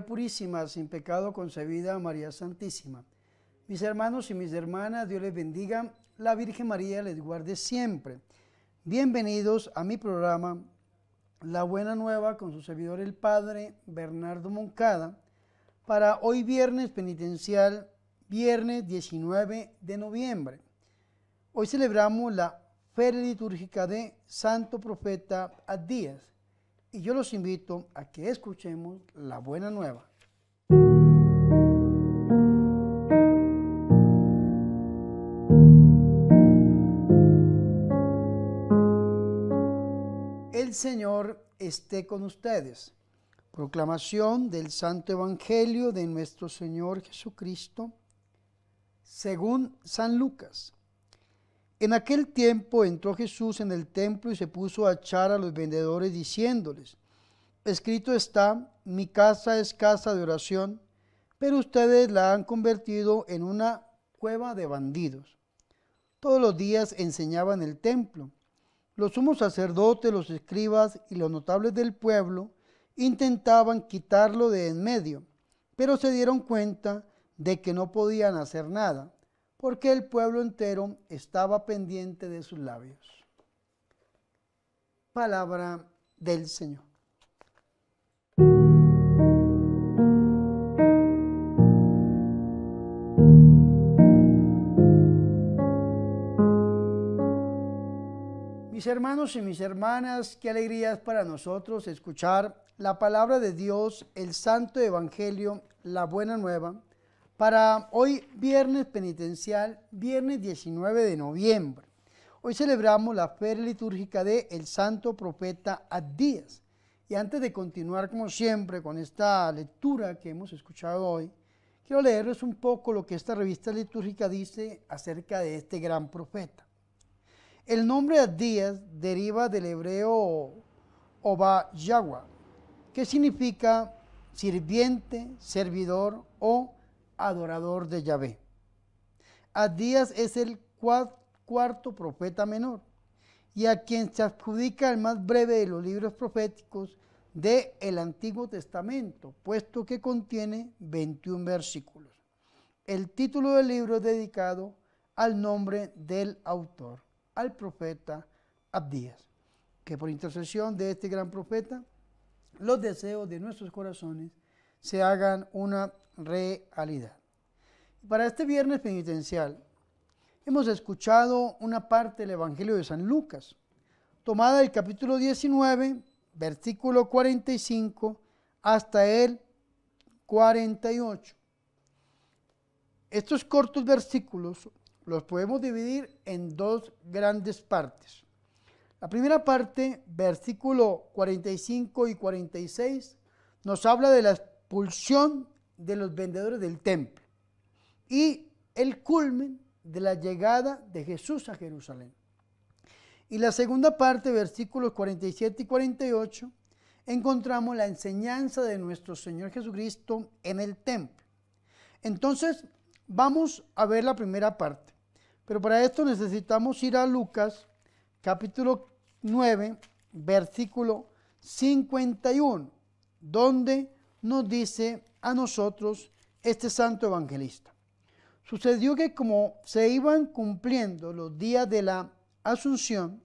María Purísima, sin pecado concebida, María Santísima. Mis hermanos y mis hermanas, Dios les bendiga, la Virgen María les guarde siempre. Bienvenidos a mi programa La Buena Nueva con su servidor el Padre Bernardo Moncada para hoy viernes penitencial, viernes 19 de noviembre. Hoy celebramos la feria litúrgica de Santo Profeta Abdías y yo los invito a que escuchemos la Buena Nueva. El Señor esté con ustedes. Proclamación del Santo Evangelio de nuestro Señor Jesucristo, según San Lucas. En aquel tiempo entró Jesús en el templo y se puso a echar a los vendedores diciéndoles: escrito está, mi casa es casa de oración, pero ustedes la han convertido en una cueva de bandidos. Todos los días enseñaba en el templo. Los sumos sacerdotes, los escribas y los notables del pueblo intentaban quitarlo de en medio, pero se dieron cuenta de que no podían hacer nada, porque el pueblo entero estaba pendiente de sus labios. Palabra del Señor. Mis hermanos y mis hermanas, qué alegría es para nosotros escuchar la palabra de Dios, el Santo Evangelio, la Buena Nueva, para hoy viernes penitencial, viernes 19 de noviembre. Hoy celebramos la feria litúrgica de el Santo Profeta Abdías. Y antes de continuar como siempre con esta lectura que hemos escuchado hoy, quiero leerles un poco lo que esta revista litúrgica dice acerca de este gran profeta. El nombre Abdías deriva del hebreo Obadiah, que significa sirviente, servidor o adorador de Yahvé. Abdías es el cuarto profeta menor y a quien se adjudica el más breve de los libros proféticos del Antiguo Testamento, puesto que contiene 21 versículos. El título del libro es dedicado al nombre del autor, al profeta Abdías. Que por intercesión de este gran profeta, los deseos de nuestros corazones se hagan una realidad. Para este viernes penitencial, hemos escuchado una parte del Evangelio de San Lucas, tomada del capítulo 19, versículo 45 hasta el 48. Estos cortos versículos los podemos dividir en dos grandes partes. La primera parte, versículo 45 y 46, nos habla de la expulsión de los vendedores del templo y el culmen de la llegada de Jesús a Jerusalén. Y la segunda parte, versículos 47 y 48, encontramos la enseñanza de nuestro Señor Jesucristo en el templo. Entonces, vamos a ver la primera parte. Pero para esto necesitamos ir a Lucas, capítulo 9, versículo 51, donde nos dice a nosotros este santo evangelista. Sucedió que como se iban cumpliendo los días de la Asunción,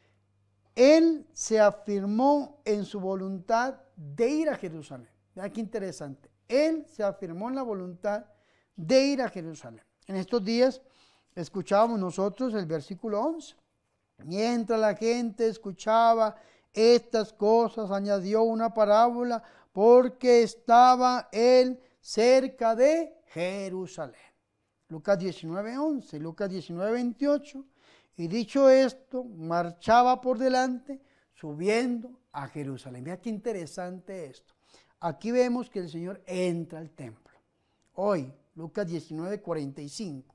él se afirmó en su voluntad de ir a Jerusalén. Vean qué interesante. Él se afirmó en la voluntad de ir a Jerusalén. En estos días escuchábamos nosotros el versículo 11. Mientras la gente escuchaba estas cosas, añadió una parábola, porque estaba él cerca de Jerusalén. Lucas 19:11, Lucas 19:28. Y dicho esto, marchaba por delante, subiendo a Jerusalén. Mira qué interesante esto. Aquí vemos que el Señor entra al templo. Hoy, Lucas 19:45.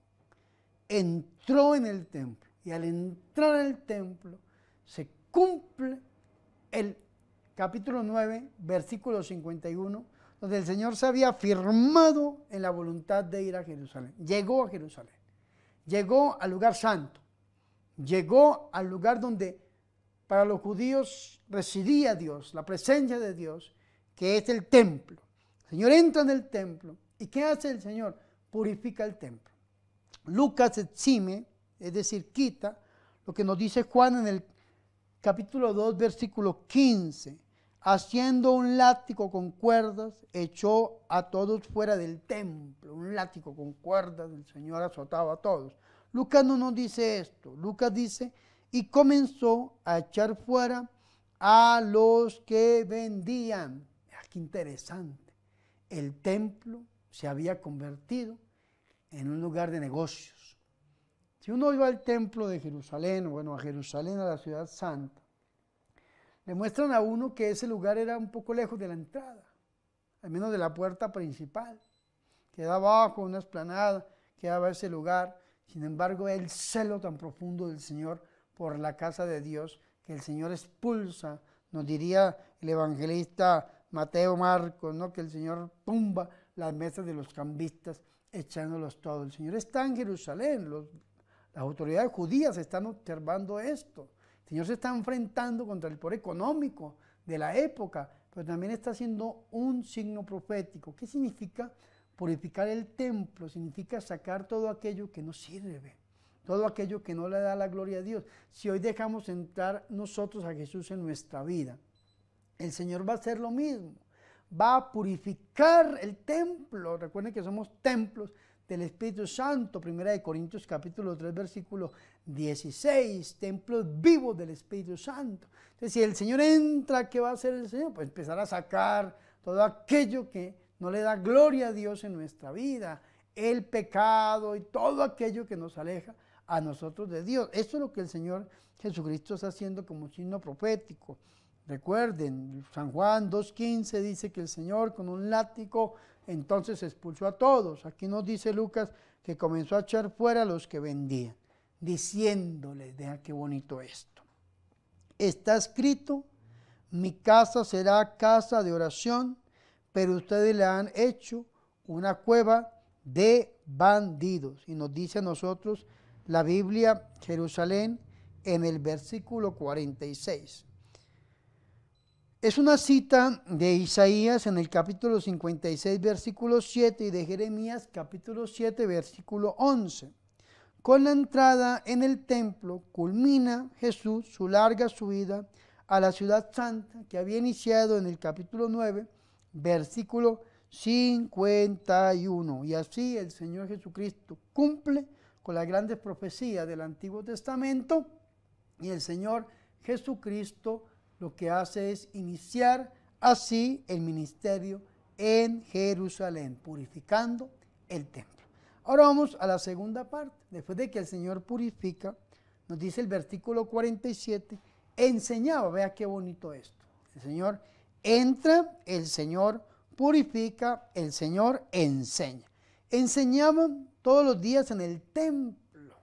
Entró en el templo. Y al entrar al templo, se cumple el capítulo 9, versículo 51, donde el Señor se había afirmado en la voluntad de ir a Jerusalén. Llegó a Jerusalén. Llegó al lugar santo. Llegó al lugar donde para los judíos residía Dios, la presencia de Dios, que es el templo. El Señor entra en el templo. ¿Y qué hace el Señor? Purifica el templo. Lucas exime, es decir, quita, lo que nos dice Juan en el capítulo 2, versículo 15. Haciendo un látigo con cuerdas, echó a todos fuera del templo. Un látigo con cuerdas, el Señor azotaba a todos. Lucas no nos dice esto. Lucas dice, y comenzó a echar fuera a los que vendían. Qué interesante. El templo se había convertido en un lugar de negocios. Si uno iba al templo de Jerusalén, bueno, a Jerusalén, a la ciudad santa, le muestran a uno que ese lugar era un poco lejos de la entrada, al menos de la puerta principal. Quedaba abajo, una explanada, quedaba ese lugar. Sin embargo, el celo tan profundo del Señor por la casa de Dios, que el Señor expulsa, nos diría el evangelista Mateo Marcos, ¿no? Que el Señor tumba las mesas de los cambistas, echándolos todos. El Señor está en Jerusalén, las autoridades judías están observando esto. El Señor se está enfrentando contra el poder económico de la época, pero también está haciendo un signo profético. ¿Qué significa purificar el templo? Significa sacar todo aquello que no sirve, todo aquello que no le da la gloria a Dios. Si hoy dejamos entrar nosotros a Jesús en nuestra vida, el Señor va a hacer lo mismo. Va a purificar el templo. Recuerden que somos templos del Espíritu Santo. 1 Corintios capítulo 3, versículo 16. Templos vivos del Espíritu Santo. Entonces, si el Señor entra, ¿qué va a hacer el Señor? Pues empezar a sacar todo aquello que no le da gloria a Dios en nuestra vida. El pecado y todo aquello que nos aleja a nosotros de Dios. Eso es lo que el Señor Jesucristo está haciendo como signo profético. Recuerden, San Juan 2.15 dice que el Señor con un látigo entonces expulsó a todos. Aquí nos dice Lucas que comenzó a echar fuera a los que vendían, diciéndoles, deja qué bonito esto. Está escrito, mi casa será casa de oración, pero ustedes le han hecho una cueva de bandidos. Y nos dice a nosotros la Biblia, Jerusalén, en el versículo 46. Es una cita de Isaías en el capítulo 56, versículo 7 y de Jeremías capítulo 7, versículo 11. Con la entrada en el templo culmina Jesús su larga subida a la ciudad santa que había iniciado en el capítulo 9, versículo 51. Y así el Señor Jesucristo cumple con las grandes profecías del Antiguo Testamento y el Señor Jesucristo lo que hace es iniciar así el ministerio en Jerusalén, purificando el templo. Ahora vamos a la segunda parte. Después de que el Señor purifica, nos dice el versículo 47, enseñaba, vea qué bonito esto. El Señor entra, el Señor purifica, el Señor enseña. Enseñaban todos los días en el templo,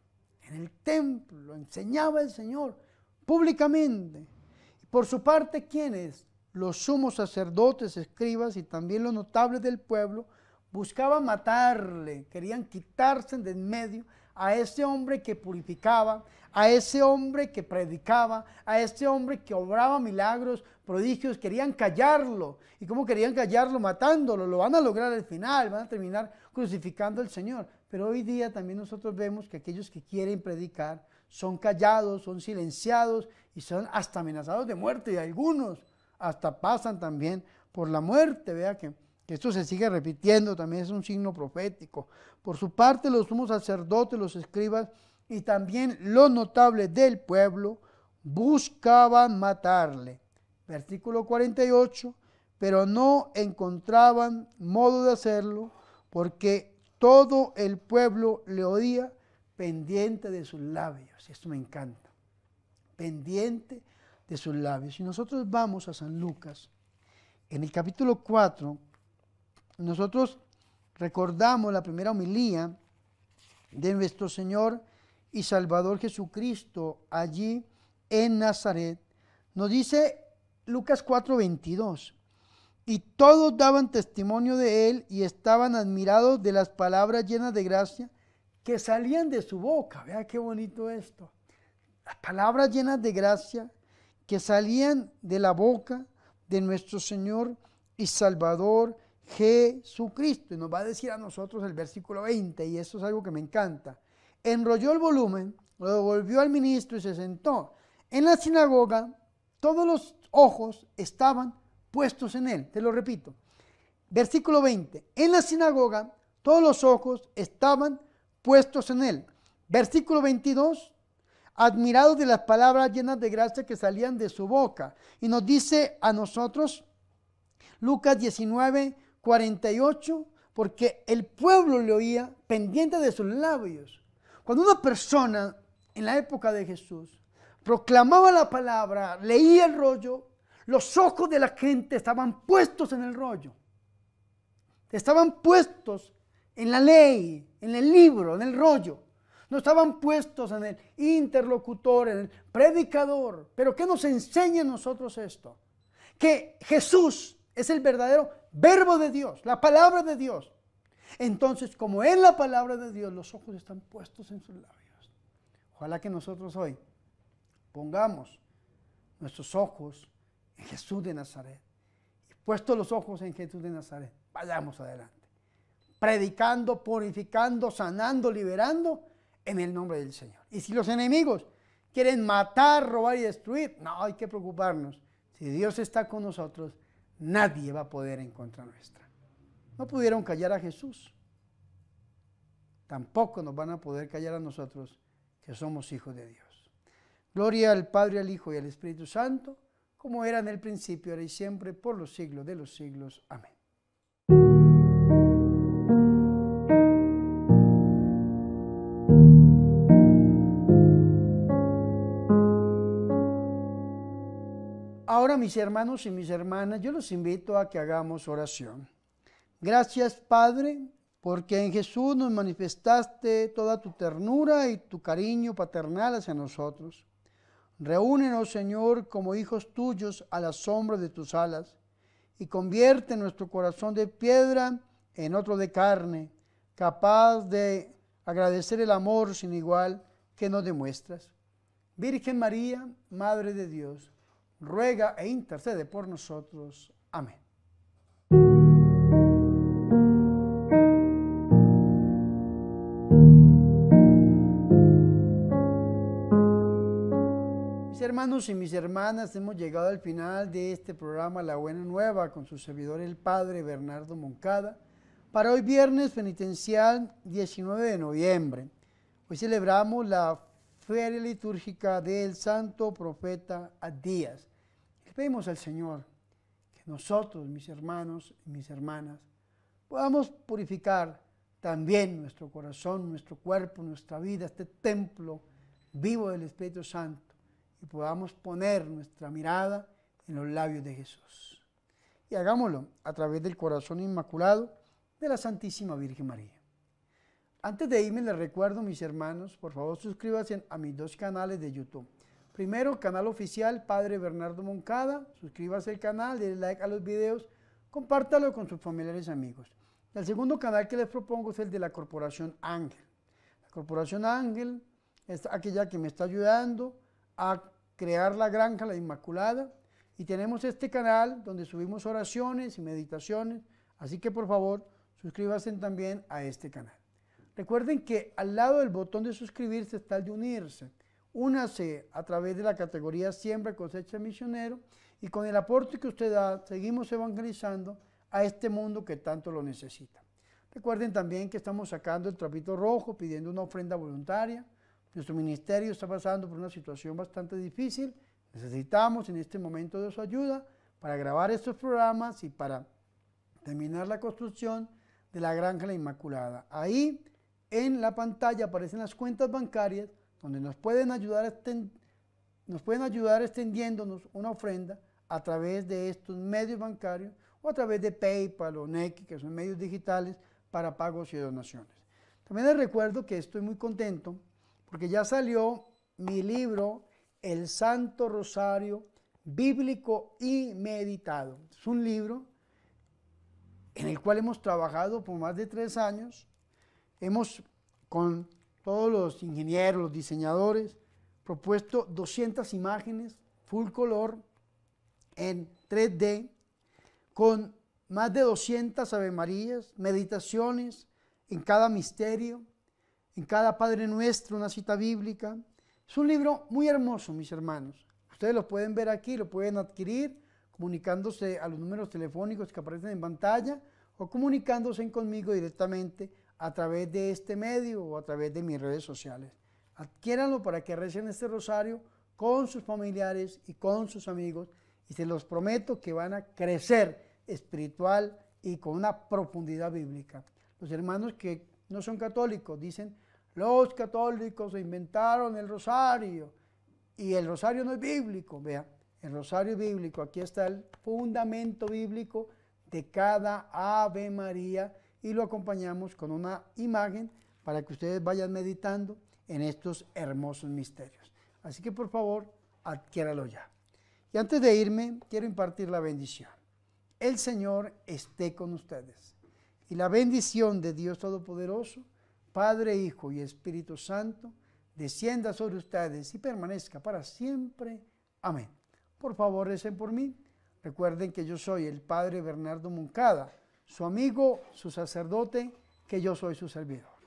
enseñaba el Señor públicamente. Por su parte, ¿quiénes? Los sumos sacerdotes, escribas y también los notables del pueblo buscaban matarle, querían quitarse de en medio a ese hombre que purificaba, a ese hombre que predicaba, a ese hombre que obraba milagros, prodigios, querían callarlo. ¿Y cómo querían callarlo? Matándolo. Lo van a lograr al final, van a terminar crucificando al Señor. Pero hoy día también nosotros vemos que aquellos que quieren predicar son callados, son silenciados y son hasta amenazados de muerte, y algunos hasta pasan también por la muerte. Vea que esto se sigue repitiendo, también es un signo profético. Por su parte, los sumos sacerdotes, los escribas y también los notables del pueblo buscaban matarle. Versículo 48, pero no encontraban modo de hacerlo porque todo el pueblo le oía pendiente de sus labios. Y esto me encanta. Pendiente de sus labios. Si nosotros vamos a San Lucas, en el capítulo 4, nosotros recordamos la primera homilía de nuestro Señor y Salvador Jesucristo allí en Nazaret. Nos dice Lucas 4:22, y todos daban testimonio de él y estaban admirados de las palabras llenas de gracia que salían de su boca. Vea qué bonito esto. Las palabras llenas de gracia que salían de la boca de nuestro Señor y Salvador Jesucristo. Y nos va a decir a nosotros el versículo 20, y esto es algo que me encanta. Enrolló el volumen, lo devolvió al ministro y se sentó. En la sinagoga, todos los ojos estaban puestos en él. Te lo repito. Versículo 20. En la sinagoga, todos los ojos estaban puestos en él. Versículo 22. Admirados de las palabras llenas de gracia que salían de su boca. Y nos dice a nosotros, Lucas 19, 48, porque el pueblo le oía pendiente de sus labios. Cuando una persona en la época de Jesús proclamaba la palabra, leía el rollo, los ojos de la gente estaban puestos en el rollo. Estaban puestos en la ley, en el libro, en el rollo. No estaban puestos en el interlocutor, en el predicador. Pero ¿qué nos enseña a nosotros esto? Que Jesús es el verdadero verbo de Dios, la palabra de Dios. Entonces, como es la palabra de Dios, los ojos están puestos en sus labios. Ojalá que nosotros hoy pongamos nuestros ojos en Jesús de Nazaret. Y puestos los ojos en Jesús de Nazaret, vayamos adelante. Predicando, purificando, sanando, liberando en el nombre del Señor. Y si los enemigos quieren matar, robar y destruir, no hay que preocuparnos. Si Dios está con nosotros, nadie va a poder en contra nuestra. No pudieron callar a Jesús. Tampoco nos van a poder callar a nosotros, que somos hijos de Dios. Gloria al Padre, al Hijo y al Espíritu Santo, como era en el principio, ahora y siempre, por los siglos de los siglos. Amén. Ahora, mis hermanos y mis hermanas, yo los invito a que hagamos oración. Gracias, Padre, porque en Jesús nos manifestaste toda tu ternura y tu cariño paternal hacia nosotros. Reúnenos, Señor, como hijos tuyos a la sombra de tus alas y convierte nuestro corazón de piedra en otro de carne, capaz de agradecer el amor sin igual que nos demuestras. Virgen María, Madre de Dios, ruega e intercede por nosotros. Amén. Mis hermanos y mis hermanas, hemos llegado al final de este programa La Buena Nueva con su servidor el Padre Bernardo Moncada para hoy viernes penitencial 19 de noviembre. Hoy celebramos la feria litúrgica del Santo Profeta Abdías. Le pedimos al Señor que nosotros, mis hermanos y mis hermanas, podamos purificar también nuestro corazón, nuestro cuerpo, nuestra vida, este templo vivo del Espíritu Santo, y podamos poner nuestra mirada en los labios de Jesús. Y hagámoslo a través del corazón inmaculado de la Santísima Virgen María. Antes de irme, les recuerdo, mis hermanos, por favor suscríbanse a mis dos canales de YouTube. Primero, canal oficial Padre Bernardo Moncada. Suscríbase al canal, denle like a los videos, compártalo con sus familiares y amigos. El segundo canal que les propongo es el de la Corporación Ángel. La Corporación Ángel es aquella que me está ayudando a crear la Granja La Inmaculada, y tenemos este canal donde subimos oraciones y meditaciones, así que por favor suscríbanse también a este canal. Recuerden que al lado del botón de suscribirse está el de unirse. Únase a través de la categoría Siembra, Cosecha, Misionero, y con el aporte que usted da seguimos evangelizando a este mundo que tanto lo necesita. Recuerden también que estamos sacando el trapito rojo pidiendo una ofrenda voluntaria. Nuestro ministerio está pasando por una situación bastante difícil. Necesitamos en este momento de su ayuda para grabar estos programas y para terminar la construcción de la Granja La Inmaculada. Ahí en la pantalla aparecen las cuentas bancarias donde nos pueden ayudar extendiéndonos una ofrenda a través de estos medios bancarios o a través de PayPal o Nequi, que son medios digitales para pagos y donaciones. También les recuerdo que estoy muy contento porque ya salió mi libro, El Santo Rosario Bíblico y Meditado. Es un libro en el cual hemos trabajado por más de 3 años. Hemos, con todos los ingenieros, los diseñadores, propuesto 200 imágenes full color en 3D, con más de 200 Ave Marías, meditaciones en cada misterio, en cada Padre Nuestro, una cita bíblica. Es un libro muy hermoso, mis hermanos. Ustedes lo pueden ver aquí, lo pueden adquirir comunicándose a los números telefónicos que aparecen en pantalla o comunicándose conmigo directamente a través de este medio o a través de mis redes sociales. Adquiéranlo para que recen este rosario con sus familiares y con sus amigos y se los prometo que van a crecer espiritual y con una profundidad bíblica. Los hermanos que no son católicos dicen, los católicos inventaron el rosario y el rosario no es bíblico. Vea, el rosario es bíblico. Aquí está el fundamento bíblico de cada Ave María y lo acompañamos con una imagen para que ustedes vayan meditando en estos hermosos misterios. Así que por favor, adquiéralo ya. Y antes de irme, quiero impartir la bendición. El Señor esté con ustedes. Y la bendición de Dios Todopoderoso, Padre, Hijo y Espíritu Santo, descienda sobre ustedes y permanezca para siempre. Amén. Por favor, recen por mí. Recuerden que yo soy el Padre Bernardo Moncada, su amigo, su sacerdote, que yo soy su servidor.